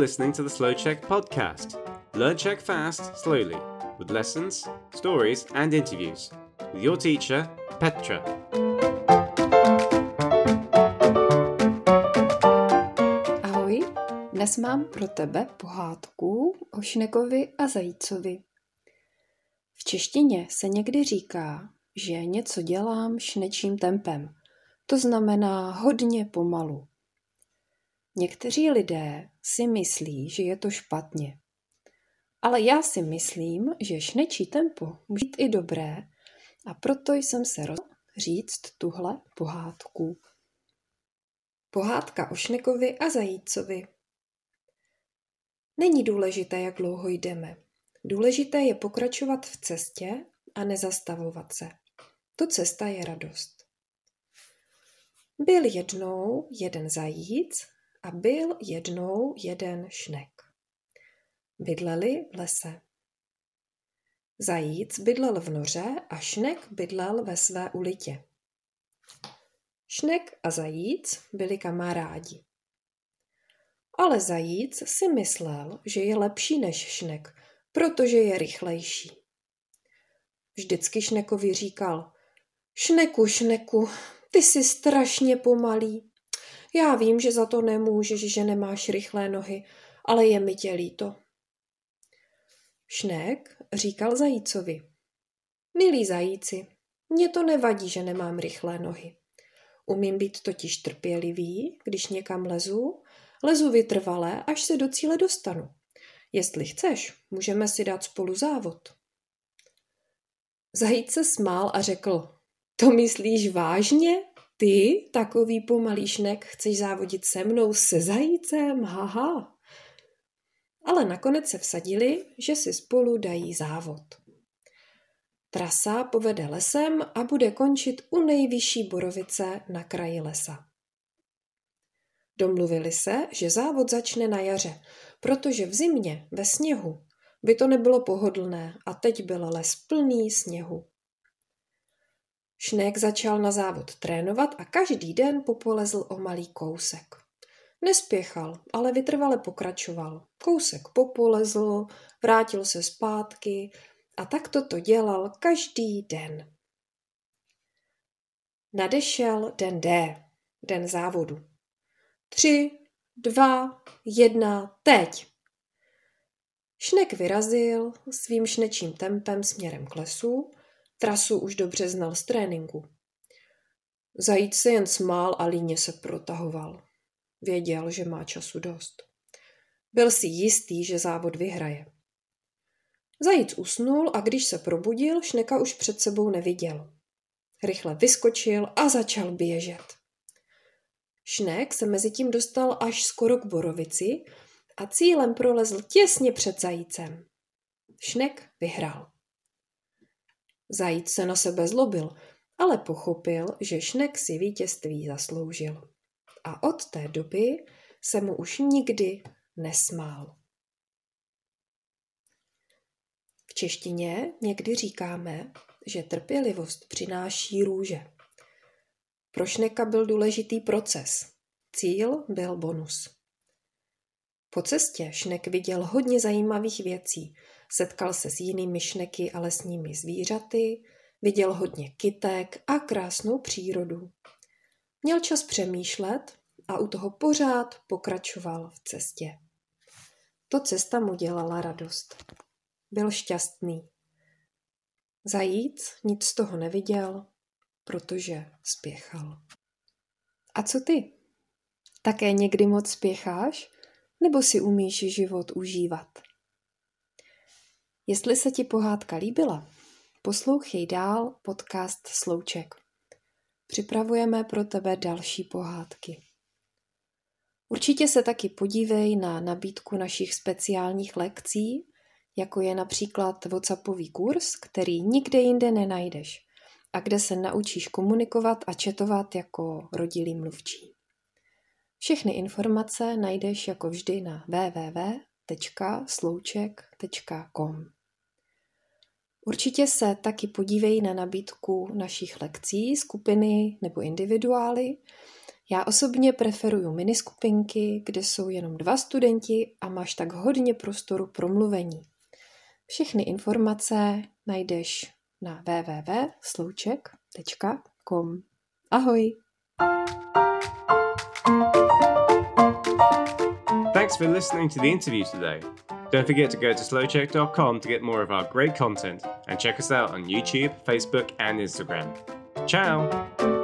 listening to the Slow Czech podcast. Learn Czech fast, slowly, with lessons, stories, and interviews. With your teacher, Petra. Ahoj, dnes mám pro tebe pohádku o Šnekovi a zajícovi. V češtině se někdy říká, že něco dělám šnečím tempem. To znamená hodně pomalu. Někteří lidé si myslí, že je to špatně. Ale já si myslím, že šnečí tempo může být i dobré a proto jsem se rozhodla říct tuhle pohádku. Pohádka o Šnekovi a zajícovi. Není důležité, jak dlouho jdeme. Důležité je pokračovat v cestě a nezastavovat se. To cesta je radost. Byl jednou jeden zajíc a byl jednou jeden šnek. Bydleli v lese. Zajíc bydlel v noře a šnek bydlel ve své ulitě. Šnek a zajíc byli kamarádi. Ale zajíc si myslel, že je lepší než šnek, protože je rychlejší. Vždycky šnekovi říkal: Šneku, ty jsi strašně pomalý. Já vím, že za to nemůžeš, že nemáš rychlé nohy, ale je mi tě líto. Šnek říkal zajícovi: Milí zajíci, mně to nevadí, že nemám rychlé nohy. Umím být totiž trpělivý, když někam lezu vytrvale, až se do cíle dostanu. Jestli chceš, můžeme si dát spolu závod. Zajíc se smál a řekl: To myslíš vážně? Ty, takový pomalý šnek, chceš závodit se mnou, se zajícem? Haha. Ale nakonec se vsadili, že si spolu dají závod. Trasa povede lesem a bude končit u nejvyšší borovice na kraji lesa. Domluvili se, že závod začne na jaře, protože v zimě, ve sněhu, by to nebylo pohodlné a teď byl les plný sněhu. Šnek začal na závod trénovat a každý den popolezl o malý kousek. Nespěchal, ale vytrvale pokračoval. Kousek popolezl, vrátil se zpátky a tak to dělal každý den. Nadešel den D, den závodu. 3, 2, 1, teď! Šnek vyrazil svým šnečím tempem směrem k lesu, trasu už dobře znal z tréninku. Zajíc se jen smál a líně se protahoval. Věděl, že má času dost. Byl si jistý, že závod vyhraje. Zajíc usnul a když se probudil, Šneka už před sebou neviděl. Rychle vyskočil a začal běžet. Šnek se mezitím dostal až skoro k borovici a cílem prolezl těsně před zajícem. Šnek vyhrál. Zajíc se na sebe zlobil, ale pochopil, že Šnek si vítězství zasloužil. A od té doby se mu už nikdy nesmál. V češtině někdy říkáme, že trpělivost přináší růže. Pro Šneka byl důležitý proces. Cíl byl bonus. Po cestě Šnek viděl hodně zajímavých věcí. Setkal se s jinými šneky a lesními zvířaty, viděl hodně kytek a krásnou přírodu. Měl čas přemýšlet a u toho pořád pokračoval v cestě. To cesta mu dělala radost. Byl šťastný. Zajíc nic z toho neviděl, protože spěchal. A co ty? Také někdy moc spěcháš? Nebo si umíš život užívat? Jestli se ti pohádka líbila, poslouchej dál podcast Slow Czech. Připravujeme pro tebe další pohádky. Určitě se taky podívej na nabídku našich speciálních lekcí, jako je například WhatsAppový kurz, který nikde jinde nenajdeš a kde se naučíš komunikovat a chatovat jako rodilý mluvčí. Všechny informace najdeš jako vždy na www.slowczech.com. Určitě se taky podívej na nabídku našich lekcí, skupiny nebo individuály, Já osobně preferuju miniskupinky, kde jsou jenom 2 studenti a máš tak hodně prostoru pro mluvení. Všechny informace najdeš na www.slouček.com. Ahoj! Thanks for listening to the interview today. Don't forget to go to slowcheck.com to get more of our great content and check us out on YouTube, Facebook, and Instagram. Ciao!